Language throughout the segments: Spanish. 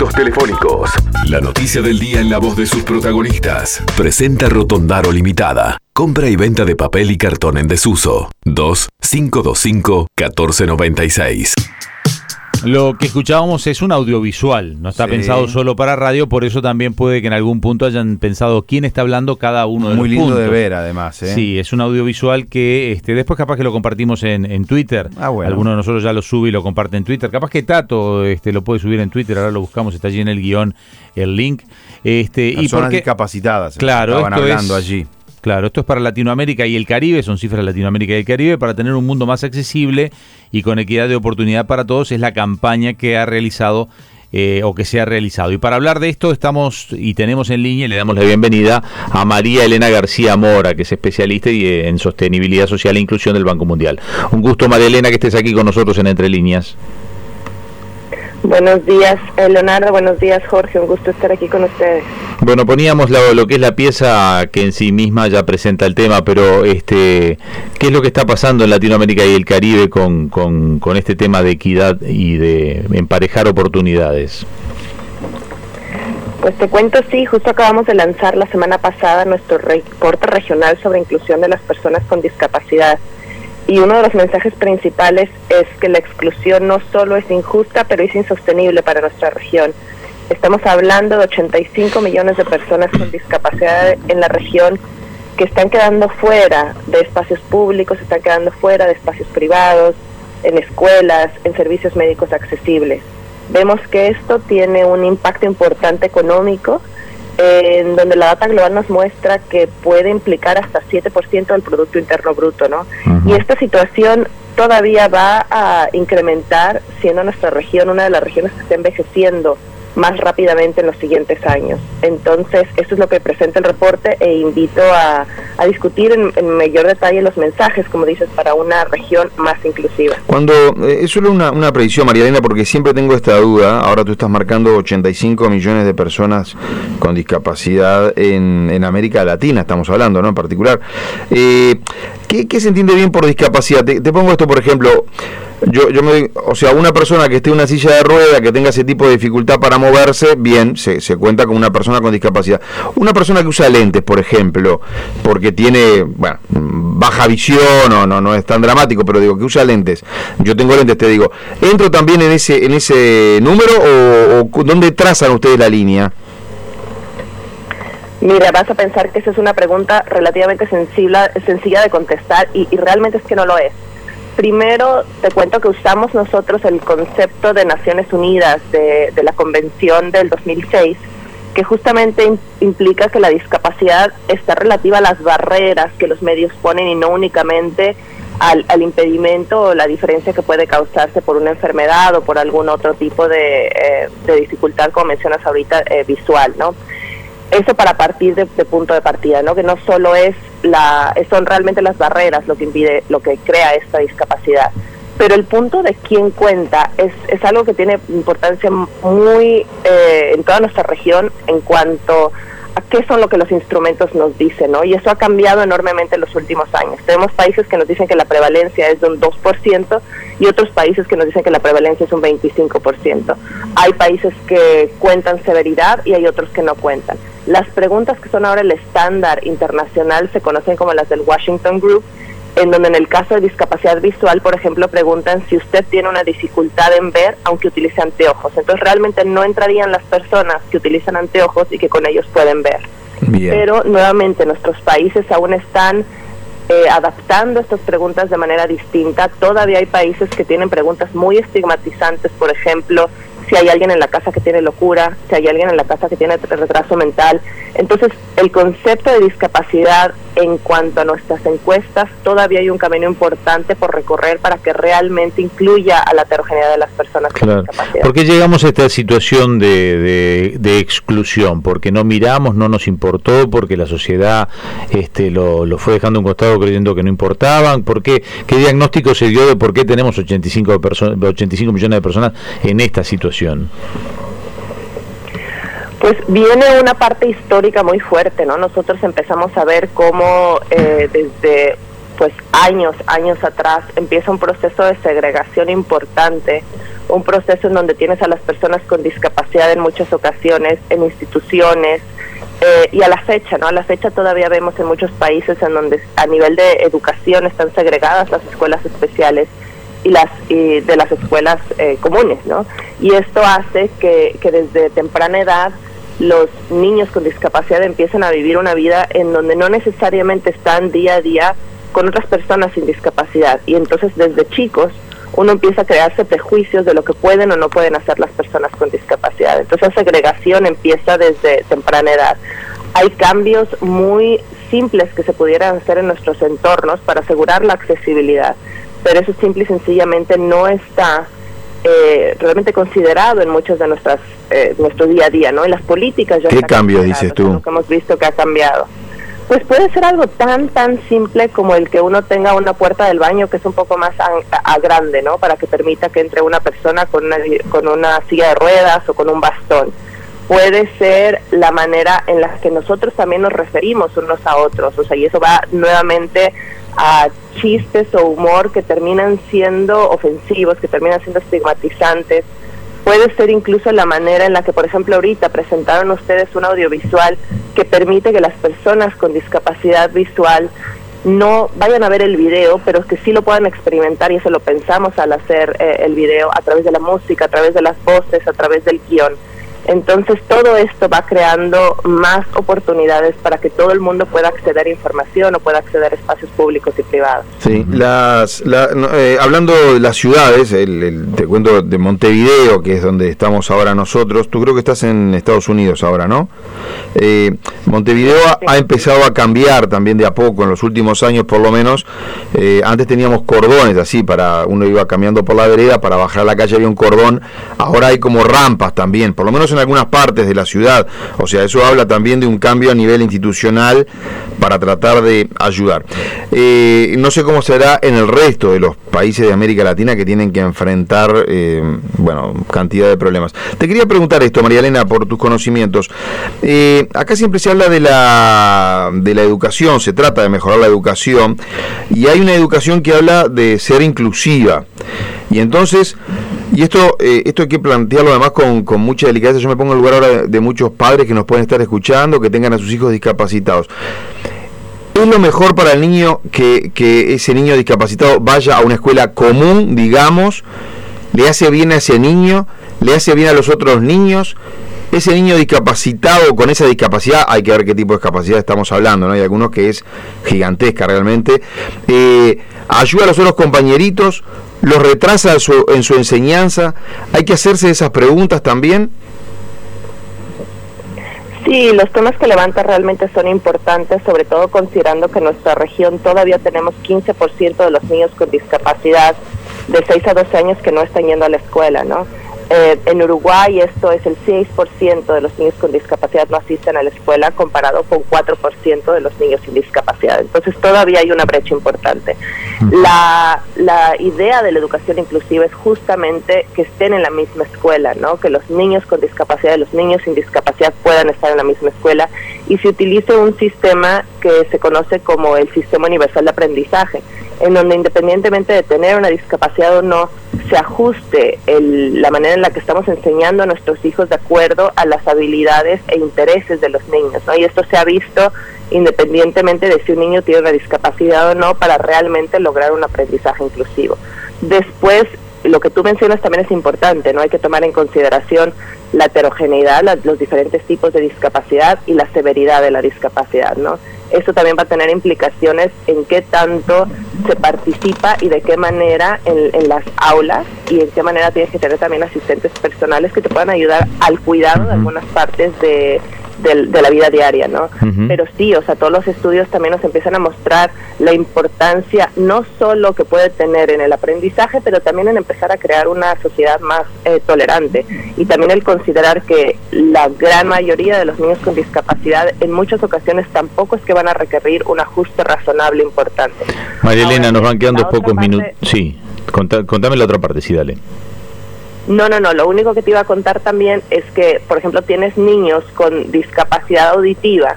contactos telefónicos. La noticia del día en la voz de sus protagonistas. Presenta Rotondaro Limitada. Compra y venta de papel y cartón en desuso. 2-525-1496. Lo que escuchábamos es un audiovisual, no está pensado solo para radio, por eso también puede que en algún punto hayan pensado quién está hablando cada uno de los puntos. Muy lindo de ver, además. Sí, es un audiovisual que después capaz que lo compartimos en Twitter. Bueno. Alguno de nosotros ya lo sube y lo comparte en Twitter. Capaz que Tato lo puede subir en Twitter, ahora lo buscamos, está allí en el guión el link. Personas discapacitadas. Claro, estaban hablando allí. Claro, esto es para Latinoamérica y el Caribe, son cifras de Latinoamérica y el Caribe, para tener un mundo más accesible y con equidad de oportunidad para todos, es la campaña que ha realizado o que se ha realizado. Y para hablar de esto estamos y tenemos en línea y le damos la bienvenida a María Elena García Mora, que es especialista en sostenibilidad social e inclusión del Banco Mundial. Un gusto, María Elena, que estés aquí con nosotros en Entre Líneas. Buenos días, Leonardo. Buenos días, Jorge. Un gusto estar aquí con ustedes. Bueno, poníamos lo que es la pieza que en sí misma ya presenta el tema, pero ¿qué es lo que está pasando en Latinoamérica y el Caribe con este tema de equidad y de emparejar oportunidades? Pues te cuento, sí, justo acabamos de lanzar la semana pasada nuestro reporte regional sobre inclusión de las personas con discapacidad. Y uno de los mensajes principales es que la exclusión no solo es injusta, pero es insostenible para nuestra región. Estamos hablando de 85 millones de personas con discapacidad en la región que están quedando fuera de espacios públicos, están quedando fuera de espacios privados, en escuelas, en servicios médicos accesibles. Vemos que esto tiene un impacto importante económico, en donde la data global nos muestra que puede implicar hasta 7% del Producto Interno Bruto, ¿no? Uh-huh. Y esta situación todavía va a incrementar, siendo nuestra región una de las regiones que está envejeciendo más rápidamente en los siguientes años. Entonces, eso es lo que presenta el reporte e invito a discutir en mayor detalle los mensajes, como dices, para una región más inclusiva. Es solo una predicción, María Elena, porque siempre tengo esta duda. Ahora tú estás marcando 85 millones de personas con discapacidad en América Latina, estamos hablando, ¿no? En particular. ¿Qué se entiende bien por discapacidad? Te pongo esto, por ejemplo. Una persona que esté en una silla de rueda, que tenga ese tipo de dificultad para moverse, bien, se cuenta como una persona con discapacidad. Una persona que usa lentes, por ejemplo, porque tiene, baja visión, o no es tan dramático, pero digo, que usa lentes. Yo tengo lentes, te digo, ¿entro también en ese número o dónde trazan ustedes la línea? Mira, vas a pensar que esa es una pregunta relativamente sencilla de contestar y realmente es que no lo es. Primero, te cuento que usamos nosotros el concepto de Naciones Unidas de la Convención del 2006, que justamente implica que la discapacidad está relativa a las barreras que los medios ponen y no únicamente al impedimento o la diferencia que puede causarse por una enfermedad o por algún otro tipo de dificultad, como mencionas ahorita, visual, ¿no? Eso para partir de punto de partida, ¿no? Que no solo son realmente las barreras lo que crea esta discapacidad. Pero el punto de quién cuenta es algo que tiene importancia muy en toda nuestra región en cuanto a qué son lo que los instrumentos nos dicen, ¿no? Y eso ha cambiado enormemente en los últimos años. Tenemos países que nos dicen que la prevalencia es de un 2% y otros países que nos dicen que la prevalencia es un 25%. Hay países que cuentan severidad y hay otros que no cuentan. Las preguntas que son ahora el estándar internacional se conocen como las del Washington Group, en donde en el caso de discapacidad visual, por ejemplo, preguntan si usted tiene una dificultad en ver aunque utilice anteojos. Entonces realmente no entrarían las personas que utilizan anteojos y que con ellos pueden ver. Bien. Pero nuevamente nuestros países aún están adaptando estas preguntas de manera distinta. Todavía hay países que tienen preguntas muy estigmatizantes, por ejemplo, si hay alguien en la casa que tiene locura, si hay alguien en la casa que tiene retraso mental. Entonces, el concepto de discapacidad en cuanto a nuestras encuestas, todavía hay un camino importante por recorrer para que realmente incluya a la heterogeneidad de las personas con discapacidad. ¿Por qué llegamos a esta situación de exclusión? Porque no miramos, no nos importó, porque la sociedad lo fue dejando a un costado creyendo que no importaban. ¿Por qué? ¿Qué diagnóstico se dio de por qué tenemos 85 millones de personas en esta situación? Pues viene una parte histórica muy fuerte, ¿no? Nosotros empezamos a ver cómo desde pues años atrás, empieza un proceso de segregación importante, un proceso en donde tienes a las personas con discapacidad en muchas ocasiones en instituciones, y a la fecha, ¿no? A la fecha todavía vemos en muchos países en donde a nivel de educación están segregadas las escuelas especiales y de las escuelas comunes, ¿no? Y esto hace que desde temprana edad los niños con discapacidad empiecen a vivir una vida en donde no necesariamente están día a día con otras personas sin discapacidad, y entonces desde chicos uno empieza a crearse prejuicios de lo que pueden o no pueden hacer las personas con discapacidad. Entonces la segregación empieza desde temprana edad. Hay cambios muy simples que se pudieran hacer en nuestros entornos para asegurar la accesibilidad, pero eso simple y sencillamente no está realmente considerado en muchos de nuestro día a día, ¿no? En las políticas ya. ¿Qué cambios dices tú? Lo que hemos visto que ha cambiado. Pues puede ser algo tan simple como el que uno tenga una puerta del baño que es un poco más grande, ¿no? Para que permita que entre una persona con una silla de ruedas o con un bastón. Puede ser la manera en la que nosotros también nos referimos unos a otros, o sea, y eso va nuevamente a chistes o humor que terminan siendo ofensivos, que terminan siendo estigmatizantes. Puede ser incluso la manera en la que, por ejemplo, ahorita presentaron ustedes un audiovisual que permite que las personas con discapacidad visual no vayan a ver el video, pero que sí lo puedan experimentar, y eso lo pensamos al hacer el video, a través de la música, a través de las voces, a través del guión. Entonces todo esto va creando más oportunidades para que todo el mundo pueda acceder a información o pueda acceder a espacios públicos y privados. Sí, hablando de las ciudades, te cuento de Montevideo, que es donde estamos ahora nosotros. Tú creo que estás en Estados Unidos ahora, ¿no? Montevideo ha empezado a cambiar también de a poco, en los últimos años por lo menos. Antes teníamos cordones así, uno iba caminando por la vereda, para bajar a la calle había un cordón. Ahora hay como rampas también, por lo menos en algunas partes de la ciudad. O sea, eso habla también de un cambio a nivel institucional para tratar de ayudar. No sé cómo será en el resto de los países de América Latina que tienen que enfrentar cantidad de problemas. Te quería preguntar esto, María Elena, por tus conocimientos. Acá siempre se habla de la educación, se trata de mejorar la educación, y hay una educación que habla de ser inclusiva. Y entonces, esto hay que plantearlo además con mucha delicadeza. Yo me pongo en el lugar ahora de muchos padres que nos pueden estar escuchando, que tengan a sus hijos discapacitados. ¿Es lo mejor para el niño que ese niño discapacitado vaya a una escuela común, digamos? ¿Le hace bien a ese niño? ¿Le hace bien a los otros niños? Ese niño discapacitado, con esa discapacidad, hay que ver qué tipo de discapacidad estamos hablando, ¿no? Hay algunos que es gigantesca realmente. ¿Ayuda a los otros compañeritos? ¿Los retrasa en su enseñanza? ¿Hay que hacerse esas preguntas también? Sí, los temas que levanta realmente son importantes, sobre todo considerando que en nuestra región todavía tenemos 15% de los niños con discapacidad de 6 a 12 años que no están yendo a la escuela, ¿no? En Uruguay esto es el 6% de los niños con discapacidad no asisten a la escuela, comparado con 4% de los niños sin discapacidad. Entonces todavía hay una brecha importante. La idea de la educación inclusiva es justamente que estén en la misma escuela, ¿no? Que los niños con discapacidad y los niños sin discapacidad puedan estar en la misma escuela, y se utilice un sistema que se conoce como el Sistema Universal de Aprendizaje, en donde independientemente de tener una discapacidad o no, se ajuste la manera en la que estamos enseñando a nuestros hijos de acuerdo a las habilidades e intereses de los niños, ¿no? Y esto se ha visto independientemente de si un niño tiene una discapacidad o no, para realmente lograr un aprendizaje inclusivo. Después, lo que tú mencionas también es importante, ¿no? Hay que tomar en consideración la heterogeneidad, los diferentes tipos de discapacidad y la severidad de la discapacidad, ¿no? Eso también va a tener implicaciones en qué tanto se participa y de qué manera en las aulas, y en qué manera tienes que tener también asistentes personales que te puedan ayudar al cuidado de algunas partes de la vida diaria, ¿no? Pero sí, o sea, todos los estudios también nos empiezan a mostrar la importancia no solo que puede tener en el aprendizaje, pero también en empezar a crear una sociedad más tolerante, y también el considerar que la gran mayoría de los niños con discapacidad en muchas ocasiones tampoco es que van a requerir un ajuste razonable importante. María Elena, nos van quedando pocos minutos. Sí, contame la otra parte, sí, dale. No, lo único que te iba a contar también es que, por ejemplo, tienes niños con discapacidad auditiva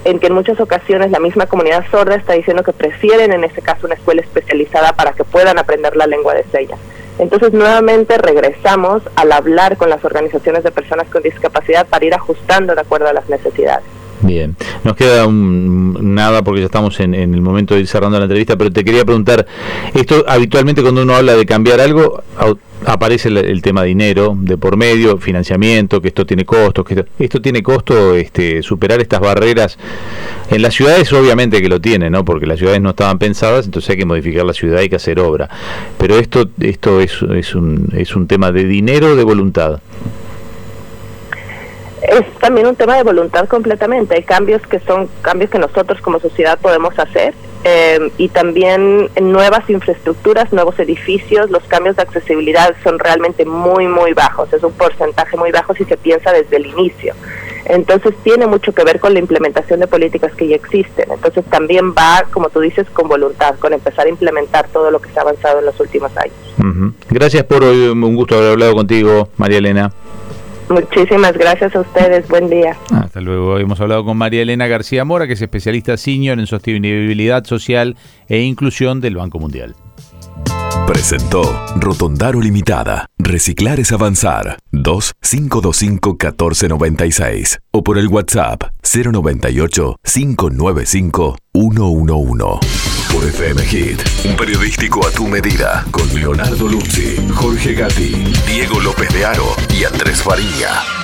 en que en muchas ocasiones la misma comunidad sorda está diciendo que prefieren en ese caso una escuela especializada para que puedan aprender la lengua de señas. Entonces nuevamente regresamos al hablar con las organizaciones de personas con discapacidad para ir ajustando de acuerdo a las necesidades. Bien, nos queda nada porque ya estamos en el momento de ir cerrando la entrevista, pero te quería preguntar, esto habitualmente cuando uno habla de cambiar algo, aparece el tema dinero de por medio, financiamiento, que esto tiene costos, que esto tiene costo, superar estas barreras. En las ciudades obviamente que lo tiene, ¿no? Porque las ciudades no estaban pensadas, entonces hay que modificar la ciudad, hay que hacer obra. Pero esto es un tema de dinero o de voluntad. Es también un tema de voluntad completamente. Hay cambios que son cambios que nosotros como sociedad podemos hacer, y también nuevas infraestructuras, nuevos edificios. Los cambios de accesibilidad son realmente muy, muy bajos. Es un porcentaje muy bajo si se piensa desde el inicio. Entonces tiene mucho que ver con la implementación de políticas que ya existen. Entonces también va, como tú dices, con voluntad, con empezar a implementar todo lo que se ha avanzado en los últimos años. Uh-huh. Gracias por hoy, un gusto haber hablado contigo, María Elena. Muchísimas gracias a ustedes, buen día. Hasta luego. Hemos hablado con María Elena García Mora, que es especialista senior en sostenibilidad social e inclusión del Banco Mundial. Presentó Rotondaro Limitada. Reciclar es avanzar. 2-525-1496 o por el WhatsApp 098-595-111. Por FM Hit, un periodístico a tu medida, con Leonardo Luzzi, Jorge Gatti, Diego López de Haro y Andrés Fariña.